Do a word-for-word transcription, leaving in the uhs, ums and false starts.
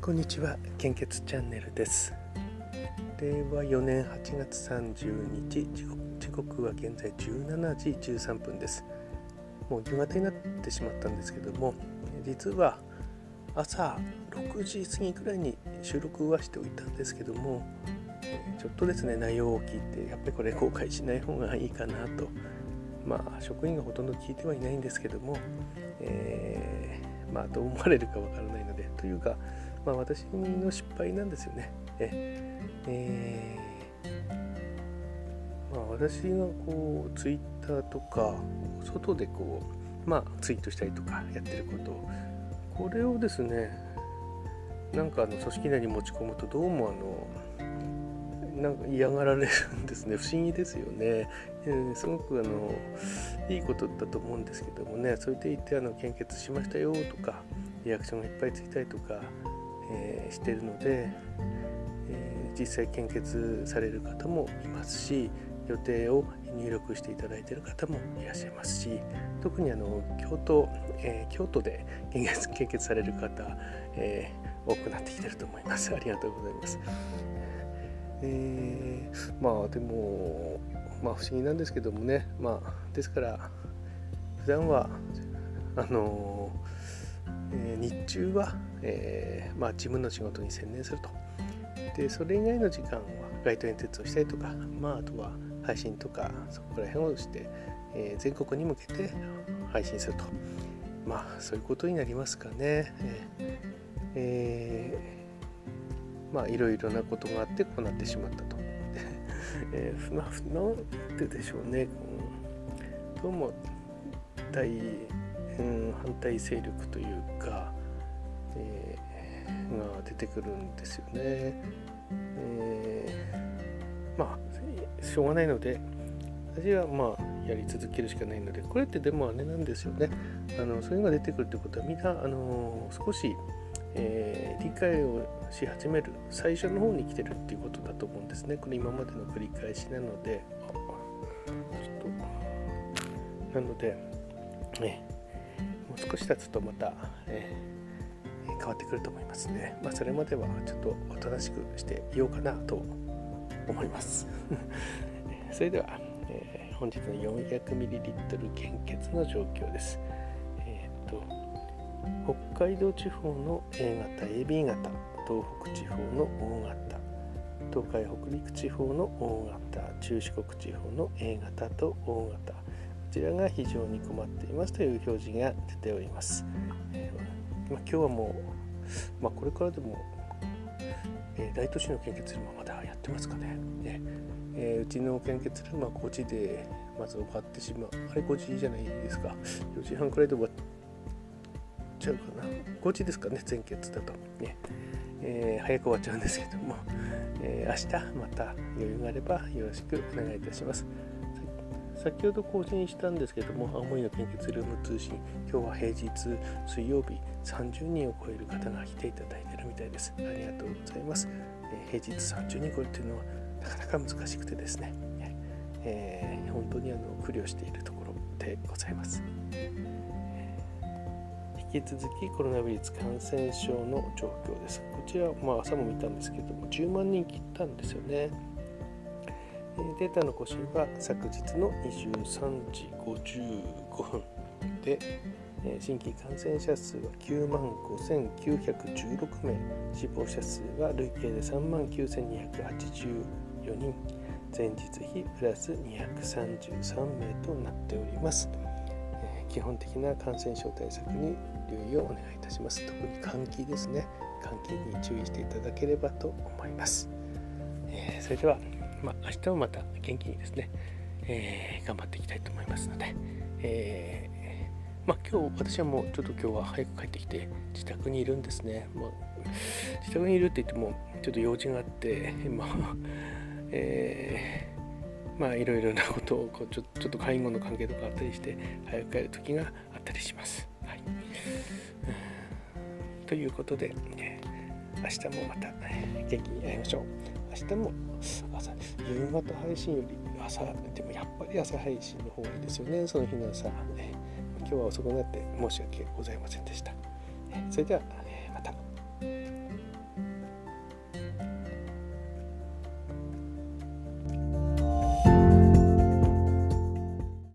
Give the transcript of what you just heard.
こんにちは、献血チャンネルです。れいわよねんはちがつさんじゅうにち、時刻、時刻は現在じゅうしちじじゅうさんぷんです。もう夕方になってしまったんですけども、実は朝ろくじ過ぎくらいに収録はしておいたんですけども、ちょっとですね、内容を聞いてやっぱりこれ公開しない方がいいかなと、まあ職員がほとんど聞いてはいないんですけども、えー、まあどう思われるかわからないので、というかまあ私の失敗なんですよね。ええー、まあ私がこうツイッターとか外でこうまあツイートしたりとかやってること、これをですね、なんかあの組織内に持ち込むとどうもあのなんか嫌がられるんですね。不思議ですよね。えー、すごくあのいいことだと思うんですけどもね、それでいてあの献血しましたよとかリアクションがいっぱいついたりとか、えー、しているので、えー、実際献血される方もいますし、予定を入力していただいている方もいらっしゃいますし、特にあの京都、えー、京都で献血、献血される方、えー、多くなってきていると思います。ありがとうございます。えー、まあでもまあ不思議なんですけどもね、まあですから普段はあの、えー、日中は、えー、まあ自分の仕事に専念すると。でそれ以外の時間は街頭演説をしたりとか、まああとは配信とかそこら辺をして、えー、全国に向けて配信すると。まあそういうことになりますかね。えーえーまあいろいろなことがあってこうなってしまったと。えー、まあなんてでしょうね、うん、どうも対、うん、反対勢力というか、えー、が出てくるんですよね。えー、まあしょうがないので私はまあやり続けるしかないので、これってでもあれなんですよね。あのそういうのが出てくるってことはみんなあの少しえー、理解をし始める最初の方に来てるっていうことだと思うんですね。これ今までの繰り返しなので、あちょっとなので、ね、もう少し経つとまた、えー、変わってくると思いますね。まあそれまではちょっとおとなしくしていようかなと思います。それでは、えー、本日の よんひゃくミリリットル 献血の状況です。えー、っと北海道地方の A 型、エービー 型、東北地方の O 型、東海北陸地方の O 型、中四国地方の A 型と O 型、こちらが非常に困っていますという表示が出ております。えーまあ、今日はもう、まあ、これからでも、えー、大都市の献血ルームはまだやってますかね。ねえー、うちの献血ルームはごじでまず終わってしまう。あれごじじゃないですか。よじはんくらいで終わってちゃうかな、ごじですかね、前決だとね、えー、早く終わっちゃうんですけども、えー、明日また余裕があればよろしくお願いいたします。先ほど更新したんですけども、青森の献血ルーム通信、今日は平日水曜日さんじゅうにんを超える方が来ていただいているみたいです。ありがとうございます。えー、平日さんじゅうにん超えるというのはなかなか難しくてですね、えー、本当にあの苦慮しているところでございます。引き続きコロナウイルス感染症の状況です。こちら、まあ、朝も見たんですけどもじゅうまんにん切ったんですよね。データの更新は昨日のにじゅうさんじごじゅうごふんで、新規感染者数はきゅうまんごせんきゅうひゃくじゅうろくめい、死亡者数は累計でさんまんきゅうせんにひゃくはちじゅうよにん、前日比プラスにひゃくさんじゅうさんめいとなっております。基本的な感染症対策に留意をお願いいたします。特に換気ですね。換気に注意していただければと思います。えー、それでは、まあ、明日もまた元気にですね、えー、頑張っていきたいと思いますので、えー、まあ、今日私はもうちょっと今日は早く帰ってきて自宅にいるんですね。まあ、自宅にいるって言ってもちょっと用事があって、まあ、えーまあいろいろなことをこうちょ、ちょっと介護の関係とかあったりして早く帰る時があったりします。はい、ということで、えー、明日もまた、えー、元気にやりましょう。明日も朝夕方配信より朝でもやっぱり朝配信の方がいいですよね。その日の朝、えー、今日は遅くなって申し訳ございませんでした。えー、それでは、えー、また。